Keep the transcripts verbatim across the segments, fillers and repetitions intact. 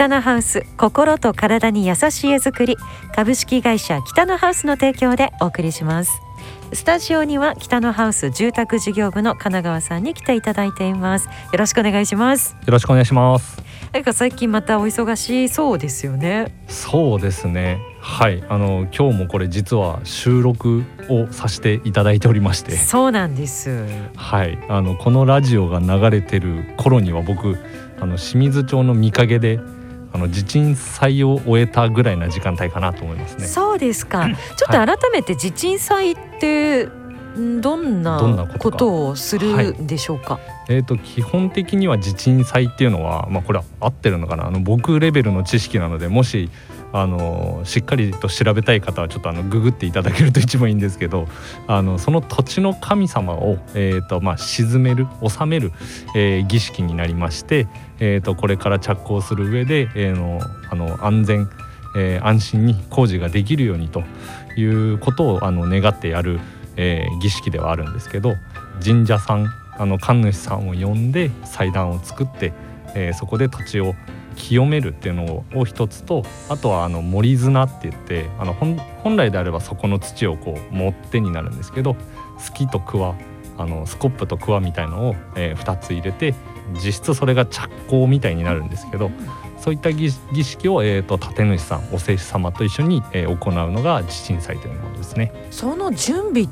北のハウス、心と体に優しい家づくり、株式会社北のハウスの提供でお送りします。スタジオには北のハウス住宅事業部の金川さんに来ていただいています。よろしくお願いします。 よろしくお願いします。 なんか最近またお忙しそうですよね。 そうですね、はい、あの今日もこれ実は収録をさせていただいておりまして。 そうなんです。 はい、あのこのラジオが流れてる頃には僕あの清水町の御影であの地鎮祭を終えたぐらいな時間帯かなと思いますね。 そうですか。ちょっと改めて地鎮祭ってどんなことをするんでしょうか。はい、 えーと、基本的には地鎮祭っていうのは、まあ、これは合ってるのかな、あの僕レベルの知識なので、もしあのしっかりと調べたい方はちょっとあのググっていただけると一番いいんですけど、あのその土地の神様を、えーとまあ、鎮める治める、えー、儀式になりまして、えーとこれから着工する上で、えー、のあの安全、えー、安心に工事ができるようにということをあの願ってやる、えー、儀式ではあるんですけど、神社さん、あの神主さんを呼んで祭壇を作って、えー、そこで土地を清めるっていうのを一つと、あとはあの盛り綱って言って、あの 本, 本来であればそこの土をこう盛ってになるんですけど、スキとクワ、あのスコップとクワみたいのを、えー、ふたつ入れて、実質それが着工みたいになるんですけど、そういった儀式を、えー、と建主さん、お施主様と一緒に、えー、行うのが地鎮祭というものですね。 その準備って、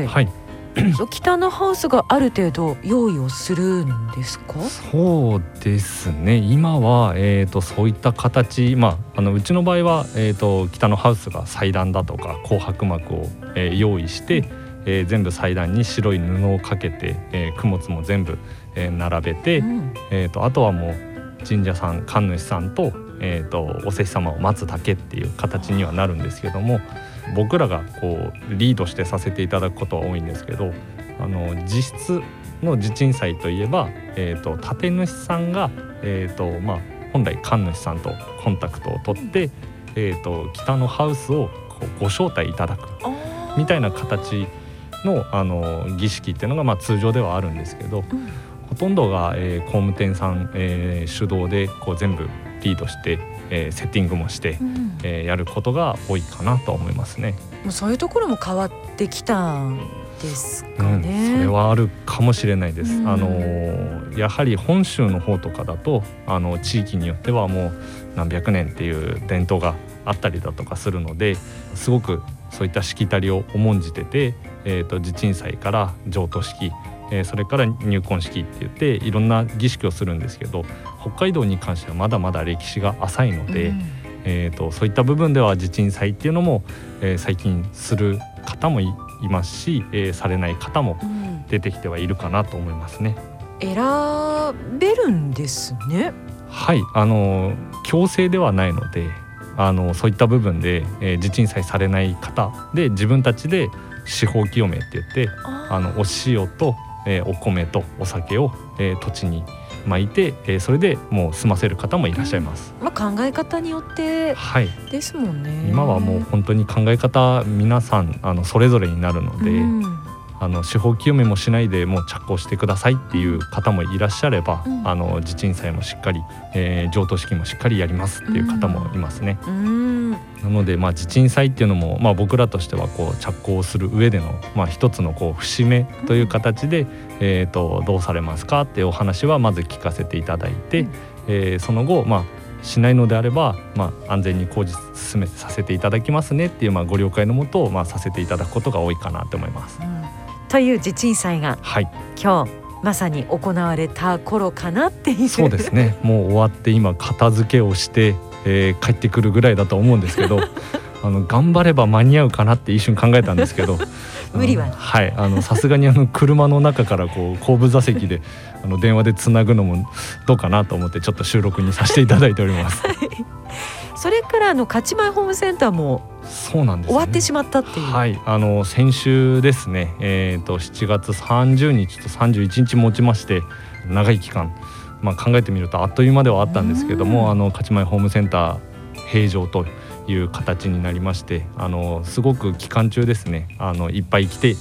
はい、 北のハウスがある程度用意をするんですか？ そうですね、今は、えー、とそういった形、まあ、あのうちの場合は、えー、と北のハウスが祭壇だとか紅白幕を、えー、用意して、えー、全部祭壇に白い布をかけて、えー、供物も全部、えー、並べて、うん、えー、とあとはもう神社さん、神主さんと、えー、とお施主様を待つだけっていう形にはなるんですけども、僕らがこうリードしてさせていただくことは多いんですけど、あの実質の地鎮祭といえば、えー、と建主さんが、えーとまあ、本来神主さんとコンタクトを取って、えー、と北のハウスをこうご招待いただくみたいな形 の, あの儀式っていうのが、まあ、通常ではあるんですけど、うん、ほとんどが、えー、工務店さん、えー、主導でこう全部リードして、えー、セッティングもして、うん、えー、やることが多いかなと思いますね。 もうそういうところも変わってきたんですかね。 うん、それはあるかもしれないです。うん、あのやはり本州の方とかだと、あの地域によってはもう何百年っていう伝統があったりだとかするので、すごくそういったしきたりを重んじてて、えーと、地鎮祭から譲渡式、えー、それから入婚式って言っていろんな儀式をするんですけど、北海道に関してはまだまだ歴史が浅いので、うん、えーと、そういった部分では地鎮祭っていうのも、えー、最近する方も い, いますし、えー、されない方も出てきてはいるかなと思いますね。 うん、選べるんですね。 はい、あの強制ではないので、あのそういった部分で、えー、地鎮祭されない方で自分たちで四方清めって言って、あのお塩と、えー、お米とお酒を、えー、土地に巻いて、えー、それでもう済ませる方もいらっしゃいます。 うん、まあ、考え方によってですもんね。はい、 今はもう本当に考え方皆さんあのそれぞれになるので、うん、あの四方清めもしないでもう着工してくださいっていう方もいらっしゃれば、うん、あの地鎮祭もしっかり、えー、譲渡式もしっかりやりますっていう方もいますね。うん、なので、まあ、地鎮祭っていうのも、まあ、僕らとしてはこう着工する上での、まあ、一つのこう節目という形で、うん、えー、とどうされますかっていうお話はまず聞かせていただいて、うん、えー、その後、まあ、しないのであれば、まあ、安全に工事進めさせていただきますねっていう、まあ、ご了解のもと、まあ、させていただくことが多いかなと思います。うん、 という地鎮祭が、はい、今日まさに行われた頃かなっていう。 そうですね、もう終わって今片付けをして、えー、帰ってくるぐらいだと思うんですけどあの頑張れば間に合うかなって一瞬考えたんですけど無理はない。 はい、あのさすがにあの車の中からこう後部座席であの電話でつなぐのもどうかなと思ってちょっと収録にさせていただいております。はい、 それからあの勝前ホームセンターもそうなんです、ね、 終わってしまったっていう。 はい、あの先週ですね、えー、としちがつさんじゅうにちとさんじゅういちにち持ちまして長い期間、まあ、考えてみるとあっという間ではあったんですけども、あの勝前ホームセンター閉場という形になりまして、あのすごく期間中ですね、あのいっぱい来てい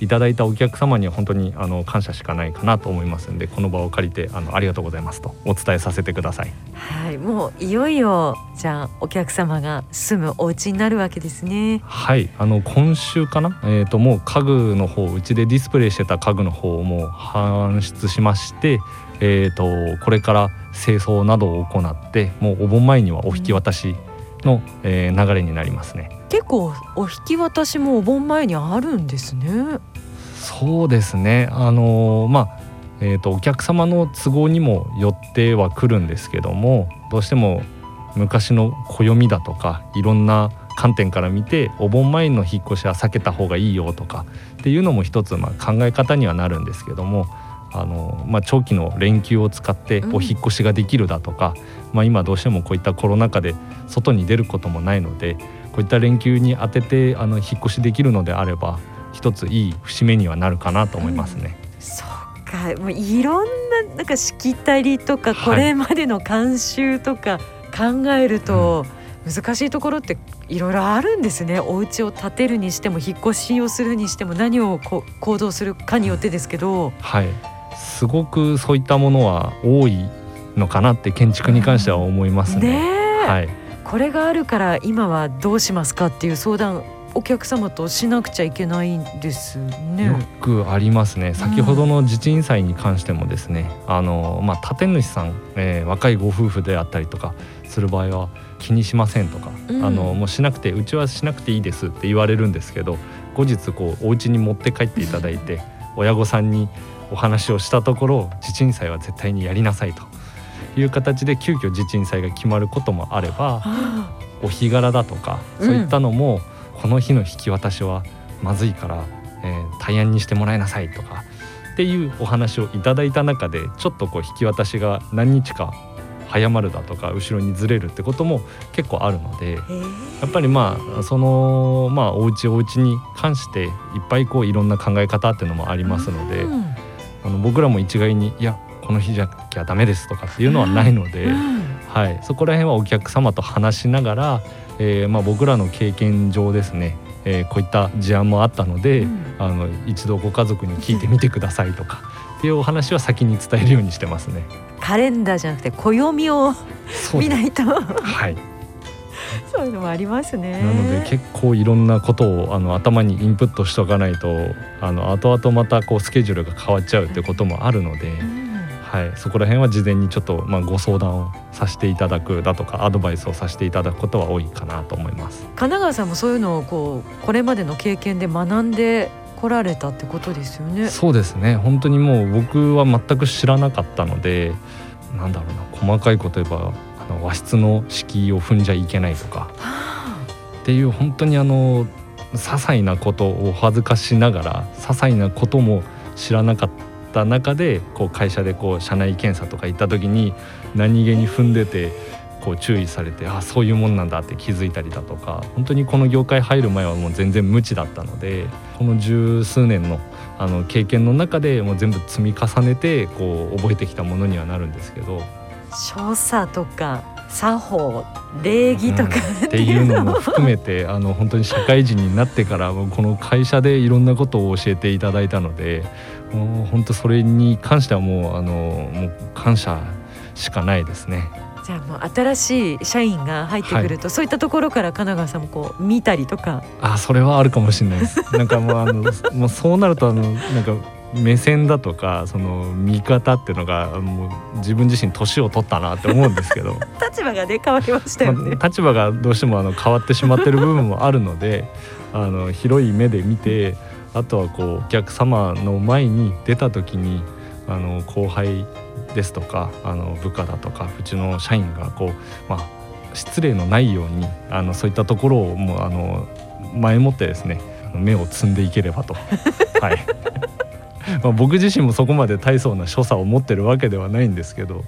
いただいたお客様には本当にあの感謝しかないかなと思いますので、この場を借りてあのありがとうございますとお伝えさせてください。 はい、もういよいよじゃあお客様が住むお家になるわけですね。 はい、あの今週かな、えー、ともう家具の方、うちでディスプレイしてた家具の方をもう搬出しまして、えー、とこれから清掃などを行って、もうお盆前にはお引き渡しの、えー、流れになりますね。 結構お引き渡しもお盆前にあるんですね。 そうですね、あのー、まあえー、とお客様の都合にもよっては来るんですけども、どうしても昔の暦だとかいろんな観点から見てお盆前の引っ越しは避けた方がいいよとかっていうのも一つまあ考え方にはなるんですけども、あの、まあ、長期の連休を使ってお引っ越しができるだとか、うん、まあ、今どうしてもこういったコロナ禍で外に出ることもないので、こういった連休に当ててあの引っ越しできるのであれば一ついい節目にはなるかなと思いますね。 うん、そうか、もういろんな、なんかしきたりとかこれまでの慣習とか考えると、難しいところっていろいろあるんですね。お家を建てるにしても引っ越しをするにしても何をこう行動するかによってですけど、 はい、すごくそういったものは多いのかなって建築に関しては思いますね。 ね、 はい、 これがあるから今はどうしますかっていう相談お客様としなくちゃいけないんですね。 よくありますね。先ほどの地鎮祭に関してもですね、うん、あのまあ、建主さん、えー、若いご夫婦であったりとかする場合は気にしませんとか、うん、あのもうしなくて、うちはしなくていいですって言われるんですけど、後日こうお家に持って帰っていただいて親御さんにお話をしたところ、地鎮祭は絶対にやりなさいという形で急遽地鎮祭が決まることもあれば、お日柄だとかそういったのも、うん、この日の引き渡しはまずいから、えー、大安にしてもらいなさいとかっていうお話をいただいた中で、ちょっとこう引き渡しが何日か早まるだとか後ろにずれるってことも結構あるので、やっぱりまあそのまあお家お家に関していっぱいこういろんな考え方っていうのもありますので、うん、あの僕らも一概にいやこの日じゃなきゃダメですとかっていうのはないので、うん、はい、そこら辺はお客様と話しながら、えーまあ、僕らの経験上ですね、えー、こういった事案もあったので、うん、あの一度ご家族に聞いてみてくださいとかっていうお話は先に伝えるようにしてますね。 カレンダーじゃなくて暦を見ないとはい、 そういうのもありますね。 なので結構いろんなことをあの頭にインプットしておかないと、あの後々またこうスケジュールが変わっちゃうってこともあるので、うん、はい、そこら辺は事前にちょっと、まあ、ご相談をさせていただくだとかアドバイスをさせていただくことは多いかなと思います。 神奈川さんもそういうのをこうこれまでの経験で学んで来られたってことですよね。 そうですね、本当にもう僕は全く知らなかったので、なんだろうな、細かいこと言えばあの和室の敷居を踏んじゃいけないとか、はあ、っていう本当にあの些細なことをお恥ずかしながら些細なことも知らなかった中で、こう会社でこう社内検査とか行った時に何気に踏んでてこう注意されて、あ、そういうもんなんだって気づいたりだとか、本当にこの業界入る前はもう全然無知だったので、この十数年のあの経験の中でもう全部積み重ねてこう覚えてきたものにはなるんですけど、 所作とか作法礼儀とか、 うん、っていうのも含めてあの本当に社会人になってからこの会社でいろんなことを教えていただいたので、もう本当それに関してはもうあのもう感謝しかないですね。 じゃあもう新しい社員が入ってくると、はい、そういったところから神奈川さんもこう見たりとか。 あ、それはあるかもしれないですなんかもうあのもうそうなるとあのなんか目線だとかその見方っていうのがもう自分自身年を取ったなって思うんですけど立場がね変わりましたよね、 まあ、立場がどうしてもあの変わってしまってる部分もあるのであの広い目で見て、あとはこうお客様の前に出た時にあの後輩ですとかあの部下だとかうちの社員がこう、まあ、失礼のないようにあのそういったところをもうあの前もってですね目を積んでいければとはいまあ僕自身もそこまで大層な所作を持ってるわけではないんですけど、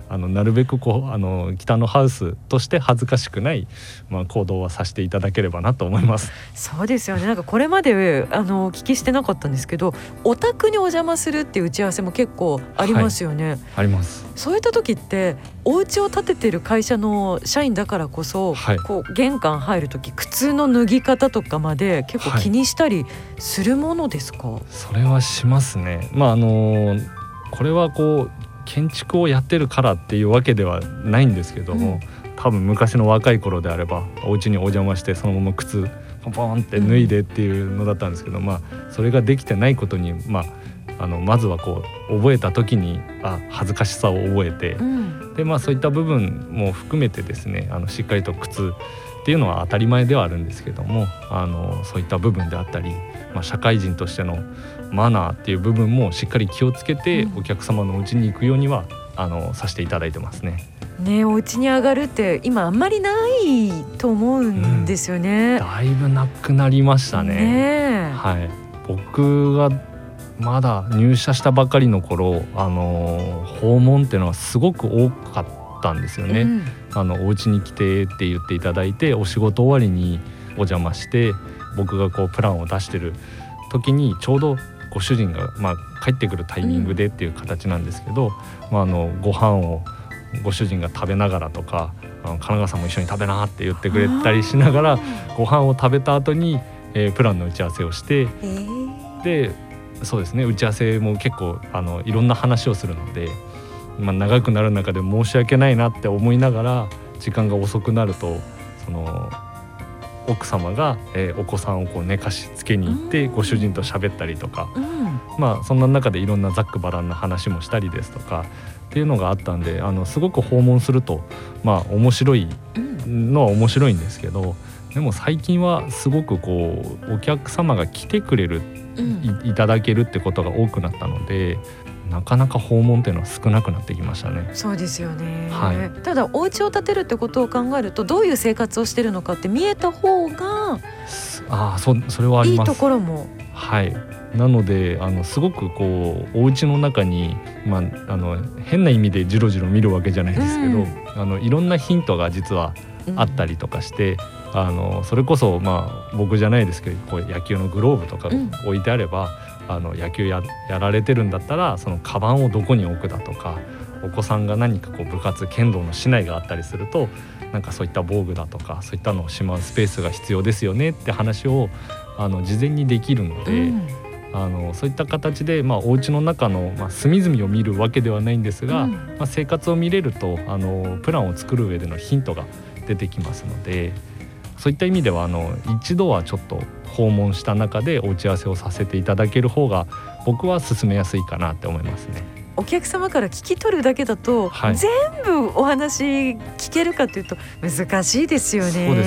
あのなるべくこうあの北のハウスとして恥ずかしくない、まあ、行動はさせていただければなと思います。 そうですよね。なんかこれまであのお聞きしてなかったんですけど、お宅にお邪魔するっていう打ち合わせも結構ありますよね。 はい、あります。 そういった時ってお家を建ててる会社の社員だからこそ、はい、こう玄関入る時靴の脱ぎ方とかまで結構気にしたりするものですか？はい、 それはしますね。まああのこれはこう建築をやってるからっていうわけではないんですけども、うん、多分昔の若い頃であればお家にお邪魔してそのまま靴ポンポンって脱いでっていうのだったんですけど、うん、まあそれができてないことに、まあ、あのまずはこう覚えた時にあ恥ずかしさを覚えて、うん、でまあそういった部分も含めてですね、あのしっかりと靴っていうのは当たり前ではあるんですけども、あのそういった部分であったり、まあ、社会人としてのマナーっていう部分もしっかり気をつけて、うん、お客様のお家に行くようにはあのさせていただいてますね。 ね、お家に上がるって今あんまりないと思うんですよね。 うん、だいぶなくなりましたね。 ね、 はい、僕がまだ入社したばかりの頃、あの訪問っていうのはすごく多かったんですよね。うん、あのお家に来てって言っていただいて、お仕事終わりにお邪魔して僕がこうプランを出してる時にちょうどご主人が、まあ、帰ってくるタイミングでっていう形なんですけど、うん、まあ、あのご飯をご主人が食べながらとか、あの神奈川さんも一緒に食べなって言ってくれたりしながらご飯を食べた後に、えー、プランの打ち合わせをして、でそうですね、打ち合わせも結構あのいろんな話をするので、まあ、長くなる中で申し訳ないなって思いながら時間が遅くなると、その奥様が、えー、お子さんをこう寝かしつけに行ってご主人と喋ったりとか、うん、まあそんな中でいろんなざっくばらんな話もしたりですとかっていうのがあったんで、あのすごく訪問するとまあ面白いのは面白いんですけど、でも最近はすごくこうお客様が来てくれる、うん、い, いただけるってことが多くなったので、なかなか訪問っていうのは少なくなってきましたね。 そうですよね、 はい、 ただお家を建てるってことを考えると、どういう生活をしてるのかって見えた方があ そ, それはあります。 いいところも、 はい、なのであのすごくこうお家の中に、まあ、あの変な意味でジロジロ見るわけじゃないですけど、うん、あのいろんなヒントが実はあったりとかして、うん、あのそれこそ、まあ、僕じゃないですけどこう野球のグローブとか置いてあれば、うん、あの野球 や, やられてるんだったらそのカバンをどこに置くだとか、お子さんが何かこう部活剣道の竹刀があったりすると、なんかそういった防具だとかそういったのをしまうスペースが必要ですよねって話をあの事前にできるので、うん、あのそういった形で、まあ、お家の中の、まあ、隅々を見るわけではないんですが、うん、まあ、生活を見れるとあのプランを作る上でのヒントが出てきますので、そういった意味ではあの一度はちょっと訪問した中でお打ち合わせをさせていただける方が僕は進めやすいかなって思いますね。 お客様から聞き取るだけだと、はい、全部お話聞けるかというと難しいですよね。 そうです、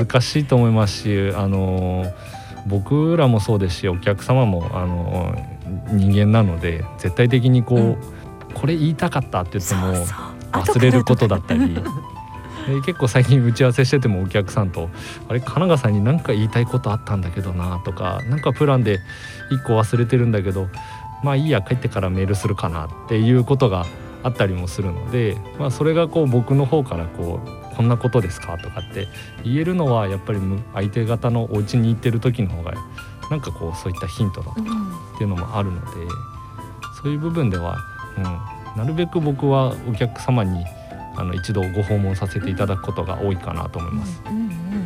難しいと思いますし、あの僕らもそうですし、お客様もあの人間なので絶対的にこう、うん、これ言いたかったって言っても忘れることだったりで結構最近打ち合わせしててもお客さんとあれ神奈川さんに何か言いたいことあったんだけどなとか、なんかプランでいっこ忘れてるんだけどまあいいや帰ってからメールするかなっていうことがあったりもするので、まあ、それがこう僕の方からこうこんなことですかとかって言えるのはやっぱり相手方のお家に行ってる時の方がなんかこうそういったヒントだとかっていうのもあるので、うん、そういう部分では、うん、なるべく僕はお客様にあの一度ご訪問させていただくことが多いかなと思います、うんうんうん、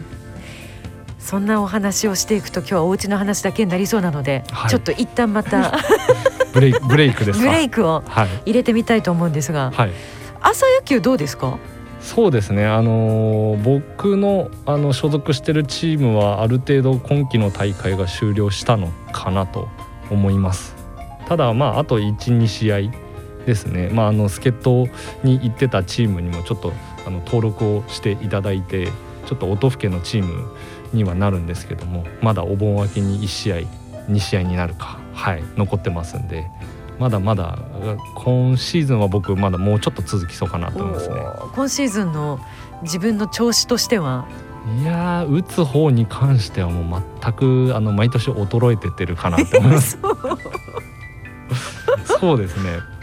そんなお話をしていくと今日はお家の話だけになりそうなので、はい、ちょっと一旦またブレイク、ブレイクですか。 ブレイクを入れてみたいと思うんですが、はい、朝野球どうですか？ そうですね、あのー、僕の、あの所属してるチームはある程度今季の大会が終了したのかなと思います。ただまああと いち,に 試合ですね、まあ、あの助っ人に行ってたチームにもちょっとあの登録をしていただいて、ちょっと音更のチームにはなるんですけども、まだお盆明けにいち試合に試合になるか、はい、残ってますんで、まだまだ今シーズンは僕まだもうちょっと続きそうかなと思いますね。 今シーズンの自分の調子としては、 いや打つ方に関してはもう全くあの毎年衰えてってるかなと思いますそうですね、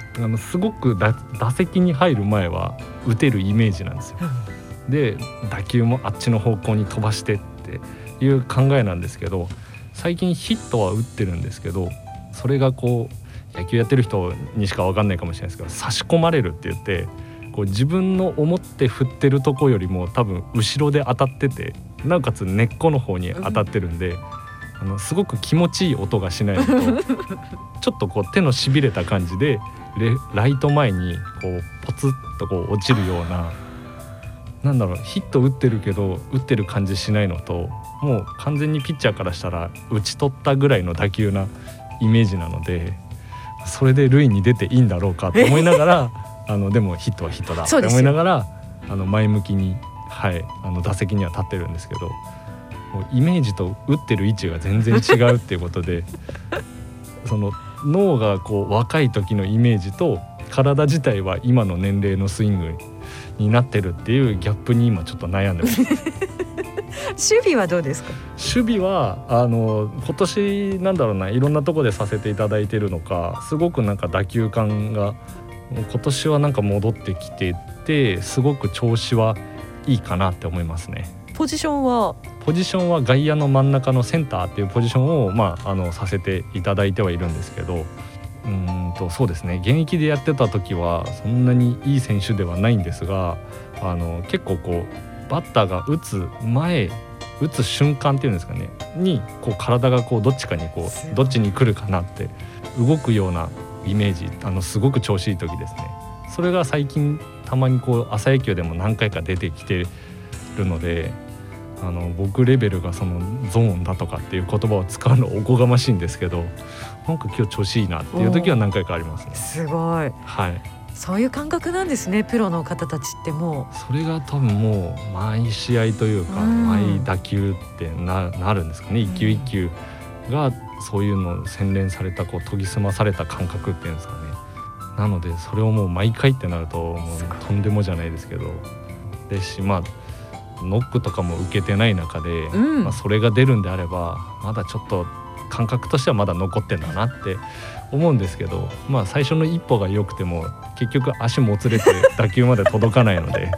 あのすごくだ打席に入る前は打てるイメージなんですよ。で打球もあっちの方向に飛ばしてっていう考えなんですけど、最近ヒットは打ってるんですけど、それがこう野球やってる人にしか分かんないかもしれないですけど、差し込まれるって言ってこう自分の思って振ってるとこよりも多分後ろで当たってて、なおかつ根っこの方に当たってるんで、あのすごく気持ちいい音がしないのとちょっとこう手のしびれた感じでレライト前にこうポツッとこう落ちるような、なんだろう、ヒット打ってるけど打ってる感じしないのと、もう完全にピッチャーからしたら打ち取ったぐらいの打球なイメージなので、それで塁に出ていいんだろうかと思いながらあのでもヒットはヒットだって思いながらあの前向きに、はい、あの打席には立ってるんですけど、もうイメージと打ってる位置が全然違うっていうことでその脳がこう若い時のイメージと体自体は今の年齢のスイングになってるっていうギャップに今ちょっと悩んでます守備はどうですか？ 守備はあの今年なんだろうな、いろんなとこでさせていただいてるのか、すごくなんか打球感が今年はなんか戻ってきてて、すごく調子はいいかなって思いますね。 ポジションはポジションは外野の真ん中のセンターっていうポジションを、まあ、あのさせていただいてはいるんですけど、うーんとそうですね、現役でやってた時はそんなにいい選手ではないんですが、あの結構こうバッターが打つ前打つ瞬間っていうんですかねにこう体がこうどっちかにこうどっちに来るかなって動くようなイメージ、あのすごく調子いい時ですね。それが最近たまにこう朝野球でも何回か出てきてるので、あの僕レベルがそのゾーンだとかっていう言葉を使うのおこがましいんですけど、なんか今日調子いいなっていう時は何回かありますね。 すごい、 はい、 そういう感覚なんですね、プロの方たちって。もうそれが多分もう毎試合というか、うん、毎打球って な, なるんですかね、一球一球がそういうの洗練されたこう研ぎ澄まされた感覚っていうんですかね。なのでそれをもう毎回ってなるともうとんでもじゃないですけど、ですし、まあノックとかも受けてない中で、うんまあ、それが出るんであればまだちょっと感覚としてはまだ残ってんだなって思うんですけど、まあ最初の一歩が良くても結局足もつれて打球まで届かないので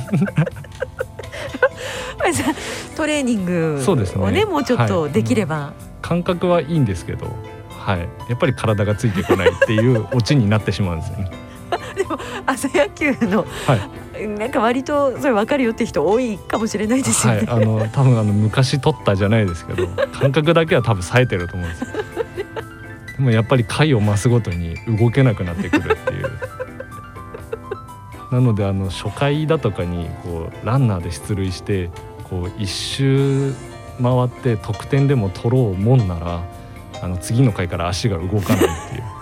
トレーニングを ね, そうねもうちょっとできれば、はい、 感覚はいいんですけど、はい、やっぱり体がついてこないっていうオチになってしまうんですよねでも朝野球の、はい、なんか割とそれ分かるよって人多いかもしれないですよね、 はい、あの多分あの昔取ったじゃないですけど感覚だけは多分冴えてると思うんですでもやっぱり回を増すごとに動けなくなってくるっていうなのであの初回だとかにこうランナーで出塁してこう一周回って得点でも取ろうもんならあの次の回から足が動かないっていう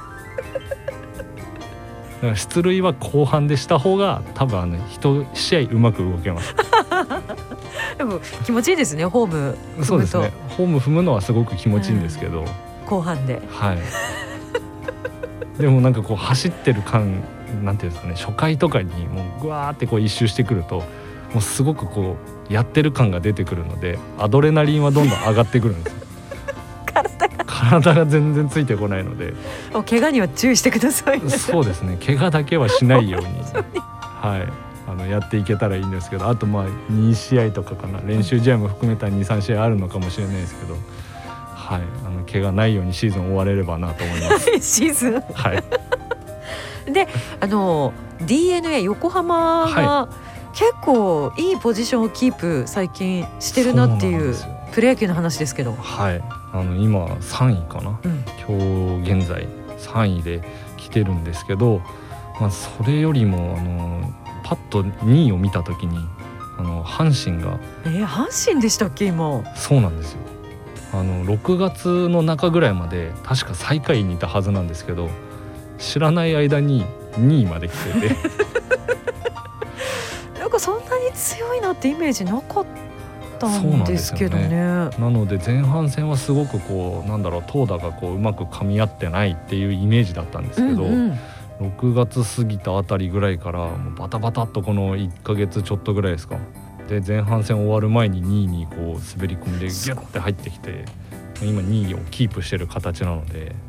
だから出塁は後半でした方が多分あの一試合うまく動けますでも気持ちいいですね、ホーム踏むと。 そうですね、ホーム踏むのはすごく気持ちいいんですけど、うん、 後半で、 はいでもなんかこう走ってる感なんていうんですかね、初回とかにもうグワーってこう一周してくるともうすごくこうやってる感が出てくるのでアドレナリンはどんどん上がってくるんですよ体が体が全然ついてこないので、 お怪我には注意してください、ね、 そうですね、怪我だけはしないようにはい、あのやっていけたらいいんですけど、あとまあに試合とかかな、練習試合も含めた に,さん 試合あるのかもしれないですけど、はい、あの怪我ないようにシーズン終われればなと思いますシーズンはいで、あの ディーエヌエー 横浜が、はい、結構いいポジションをキープ最近してるなっていうプロ野球の話ですけど、 はい、あの今さんいかな、うん、今日現在さんいで来てるんですけど、まあ、それよりもあのパッとにいを見た時にあの阪神がえー、阪神でしたっけ今。 そうなんですよ、あのろくがつの中ぐらいまで確か最下位にいたはずなんですけど、知らない間ににいまで来ててなんかそんなに強いなってイメージなかったんですけど ね, な, ねなので前半戦はすごくこうなんだろう投打がこううまく噛み合ってないっていうイメージだったんですけど、うんうん、ろくがつ過ぎたあたりぐらいからもうバタバタっとこのいっかげつちょっとぐらいですかで前半戦終わる前ににいにこう滑り込みでギュッて入ってきて今にいをキープしてる形なので、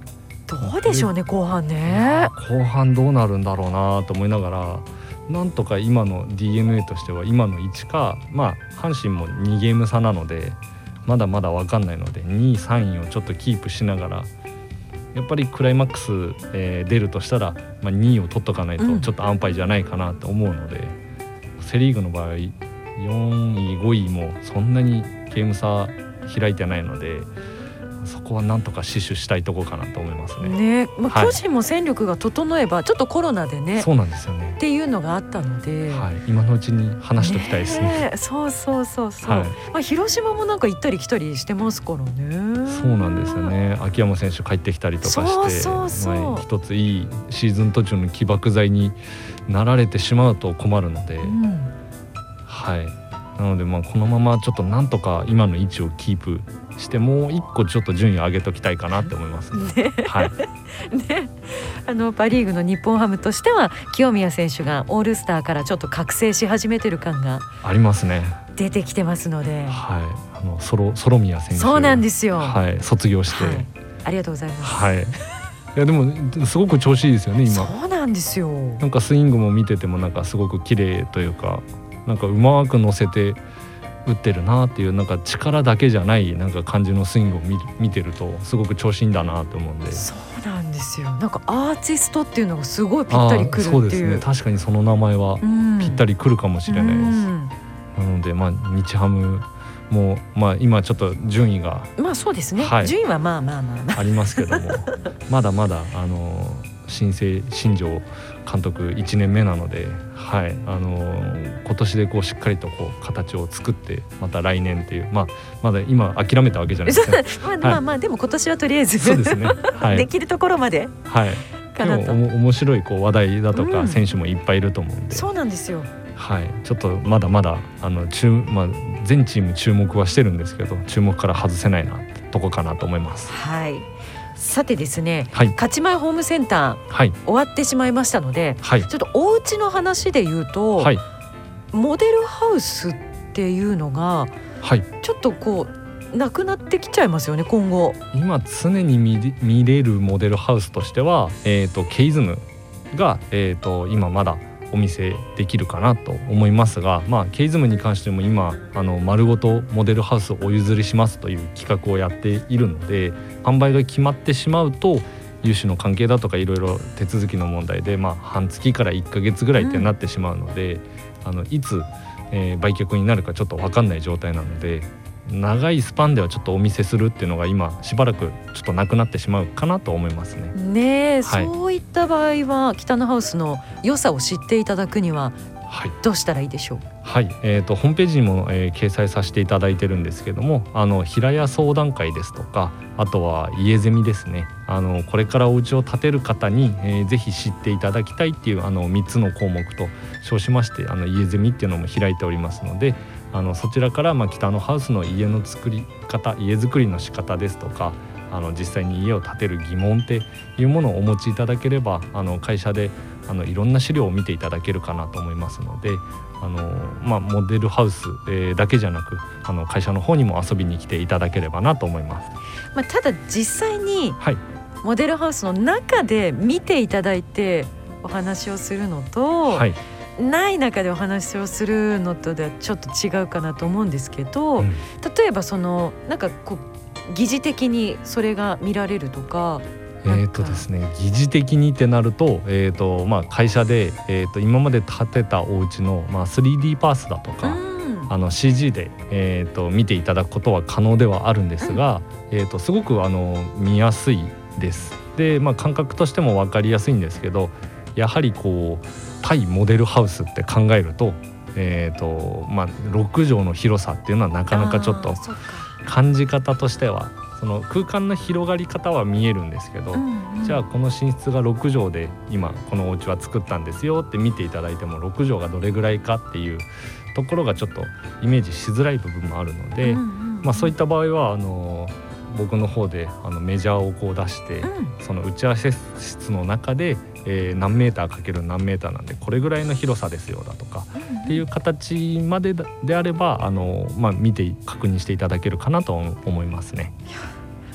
どうでしょうね後半ね。 後半どうなるんだろうなと思いながら、なんとか今の ディーエヌエー としては今の位置か、まあ阪神もにゲーム差なのでまだまだ分かんないのでにいさんいをちょっとキープしながら、やっぱりクライマックス、えー、出るとしたら、まあ、にいを取っとかないとちょっと安牌じゃないかなと思うので、うん、セリーグの場合よんいごいもそんなにゲーム差開いてないので、そこはなんとか死守したいところかなと思いますね。 ね、まあ、巨人も戦力が整えば、はい、ちょっとコロナでねそうなんですよねっていうのがあったので、 はい、今のうちに話しておきたいですね。 ねそうそうそうそう、はい、まあ、広島もなんか行ったり来たりしてますからね。 そうなんですよね。秋山選手帰ってきたりとかして、 そうそうそう、 まあ、一ついいシーズン途中の起爆剤になられてしまうと困るので、うん、はい、なのでまあこのままちょっとなんとか今の位置をキープしてもう一個ちょっと順位を上げときたいかなって思いますね。 ね、 はいね、あのパ・リーグの日本ハムとしては清宮選手がオールスターからちょっと覚醒し始めてる感がありますね。 出てきてますので、 はい、あのソロソロ宮選手、 そうなんですよ、 はい、卒業して、はい、 ありがとうございます。 はい、いやでもすごく調子いいですよね今。 そうなんですよ。 なんかスイングも見ててもなんかすごく綺麗というか、なんかうまく乗せて打ってるなっていう、なんか力だけじゃないなんか感じのスイングを 見, 見てるとすごく調子いいんだなと思うんで。 そうなんですよ。なんかアーティストっていうのがすごいぴったりくるっていう。 そうですね、確かにその名前はぴったりくるかもしれないです、うん、なのでまあ日ハムもまあ今ちょっと順位がまあそうですね、はい、順位はまあまあまあ、まあ、 ありますけどもまだまだあの新生新庄監督いちねんめなので、はい、あのー、今年でこうしっかりとこう形を作ってまた来年っていう、まあ、まだ今諦めたわけじゃないですか。まあ、 まあまあでも今年はとりあえずそうですね、はい、 できるところまではいかなと。でも面白いこう話題だとか選手もいっぱいいると思うんで、うん、 そうなんですよ。 はい、ちょっとまだまだあの注、まあ、全チーム注目はしてるんですけど注目から外せないなってとこかなと思います。 はい、さてですね、 はい、 勝ち前ホームセンター、はい、終わってしまいましたので、はい、ちょっとお家の話で言うと、はい、モデルハウスっていうのが、はい、ちょっとこうなくなってきちゃいますよね今後。 今常に 見, 見れるモデルハウスとしては、えーと、ケイズムが、えーと、今まだお見せできるかなと思いますが、まあ、ケイズムに関しても今あの丸ごとモデルハウスをお譲りしますという企画をやっているので、販売が決まってしまうと融資の関係だとかいろいろ手続きの問題で、まあ、半月からいっかげつぐらいってなってしまうので、うん、あのいつ、えー、売却になるかちょっと分かんない状態なので、長いスパンではちょっとお見せするっていうのが今しばらくちょっとなくなってしまうかなと思いますね。 ねえ、はい、そういった場合は北のハウスの良さを知っていただくにはどうしたらいいでしょう。 はい、えーと、ホームページにも、えー、掲載させていただいてるんですけども、あの平屋相談会ですとか、あとは家ゼミですね、あのこれからお家を建てる方に、えー、ぜひ知っていただきたいっていうあのみっつの項目と称しまして、あの家ゼミっていうのも開いておりますので、あのそちらからまあ北のハウスの家の作り方、家づくりの仕方ですとか、あの実際に家を建てる疑問っていうものをお持ちいただければ、あの会社であのいろんな資料を見ていただけるかなと思いますので、あの、まあ、モデルハウス、えー、だけじゃなくあの会社の方にも遊びに来ていただければなと思います。 まあ、ただ実際にモデルハウスの中で見ていただいてお話をするのと、はい、ない中でお話をするのとではちょっと違うかなと思うんですけど、うん、例えばそのなんかこう疑似的にそれが見られるとか。 えーとですね、疑似的にってなると、えーとまあ、会社で、えーと今まで建てたお家の、まあ、スリーディー パースだとか、あの シージー で、えーと見ていただくことは可能ではあるんですが、うん、えーとすごくあの見やすいです。で、まあ、感覚としても分かりやすいんですけど、やはりこう対モデルハウスって考えると、えーとまあ、ろくじょうの広さっていうのはなかなかちょっと感じ方としてはその空間の広がり方は見えるんですけど、うんうん、じゃあこの寝室がろくじょうで今このお家は作ったんですよって見ていただいてもろくじょうがどれぐらいかっていうところがちょっとイメージしづらい部分もあるので、うんうんうん、まあ、そういった場合はあの僕の方であのメジャーをこう出して、うん、その打ち合わせ室の中で、えー、何メーターかける何メーターなんでこれぐらいの広さですよだとか、うんうん、っていう形までであればあの、まあ、見て確認していただけるかなと思いますね。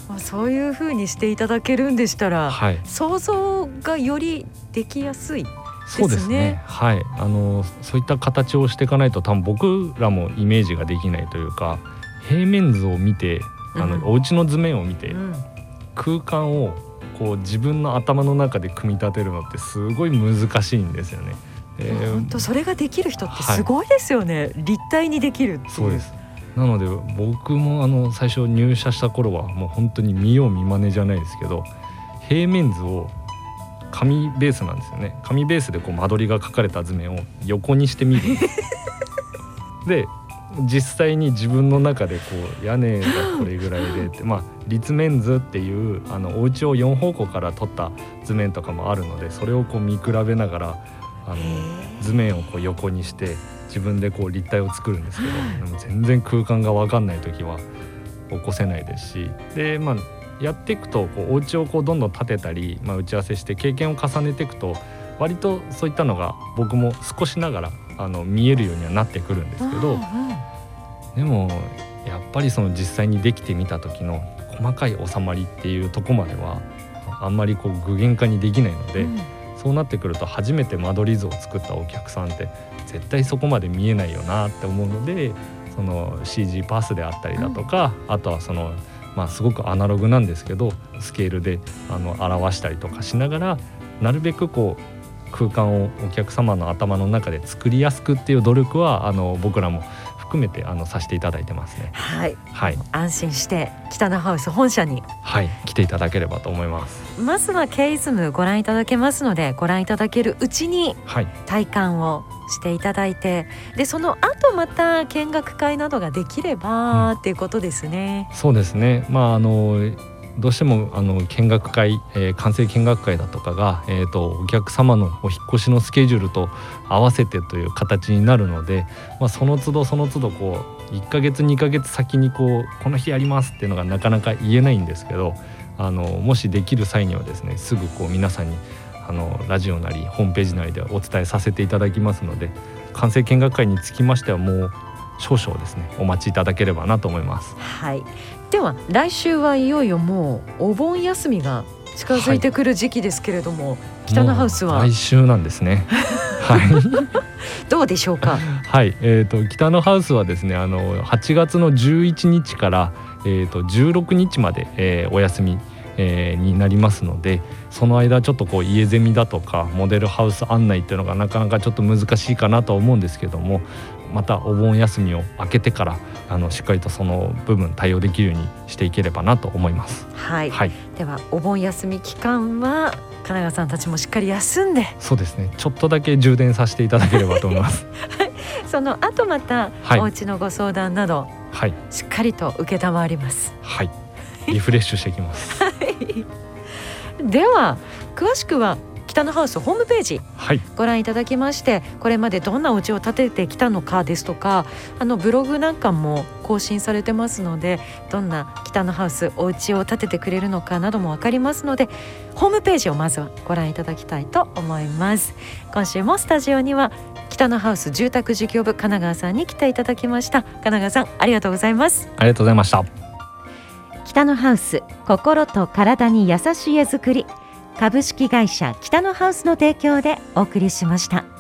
まあ、そういう風にしていただけるんでしたら、 はい、 想像がよりできやすいですね。 そうですね、はい、あのそういった形をしていかないと多分僕らもイメージができないというか、平面図を見てあの、うん、お家の図面を見て、うん、空間をこう自分の頭の中で組み立てるのってすごい難しいんですよね。 えー、本当それができる人ってすごいですよね、はい、立体にできるっていう。 そうです。なので僕もあの最初入社した頃はもう本当に見よう見まねじゃないですけど、平面図を紙ベースなんですよね。紙ベースでこう間取りが書かれた図面を横にしてみるで実際に自分の中でこう屋根がこれぐらいでってまあ立面図っていうあのお家をよん方向から撮った図面とかもあるので、それをこう見比べながらあの図面をこう横にして自分でこう立体を作るんですけど、でも全然空間が分かんない時は起こせないですし、でまあやっていくとこうお家をこうどんどん建てたり、まあ、打ち合わせして経験を重ねていくと割とそういったのが僕も少しながらあの見えるようにはなってくるんですけど、でもやっぱりその実際にできてみた時の細かい収まりっていうとこまではあんまりこう具現化にできないので、うん、そうなってくると初めて間取り図を作ったお客さんって絶対そこまで見えないよなって思うので、その シージー パスであったりだとか、うん、あとはそのまあすごくアナログなんですけどスケールであの表したりとかしながら、なるべくこう空間をお客様の頭の中で作りやすくっていう努力はあの僕らも含めてあのさせていただいてますね。 はい、 はい、 安心して北のハウス本社に、 はい、来ていただければと思います。 まずは経営ズムご覧いただけますので、ご覧いただけるうちに体感をしていただいて、はい、でその後また見学会などができれば、うん、っていうことですね。 そうですね、まああのどうしてもあの見学会、えー、完成見学会だとかが、えーと、お客様のお引っ越しのスケジュールと合わせてという形になるので、まあ、その都度その都度こういっかげつにかげつ先にこうこの日やりますっていうのがなかなか言えないんですけど、あのもしできる際にはですね、すぐこう皆さんにあのラジオなりホームページなりでお伝えさせていただきますので、完成見学会につきましてはもう少々ですねお待ちいただければなと思います。 はい、では来週はいよいよもうお盆休みが近づいてくる時期ですけれども、はい、北のハウスは来週なんですねはいどうでしょうか。 はい、えーと、北のハウスはですねあのはちがつのじゅういちにちから、えーと、じゅうろくにちまで、えー、お休み、えー、になりますので、その間ちょっとこう家ゼミだとかモデルハウス案内っていうのがなかなかちょっと難しいかなと思うんですけども、またお盆休みを明けてからあのしっかりとその部分対応できるようにしていければなと思います。 はい、はい、ではお盆休み期間は金川さんたちもしっかり休んで、 そうですね、ちょっとだけ充電させていただければと思います、 はい、その後また、はい、お家のご相談など、はい、しっかりと受けたまわります。 はい、リフレッシュしてきます、 はい、では詳しくは北のハウスホームページ、はい、ご覧いただきまして、これまでどんなお家を建ててきたのかですとか、あのブログなんかも更新されてますので、どんな北のハウスお家を建ててくれるのかなども分かりますので、ホームページをまずはご覧いただきたいと思います。今週もスタジオには北のハウス住宅事業部金川さんに来ていただきました。金川さん、ありがとうございます。 ありがとうございました。 北のハウス、心と体に優しい家づくり、株式会社北のハウスの提供でお送りしました。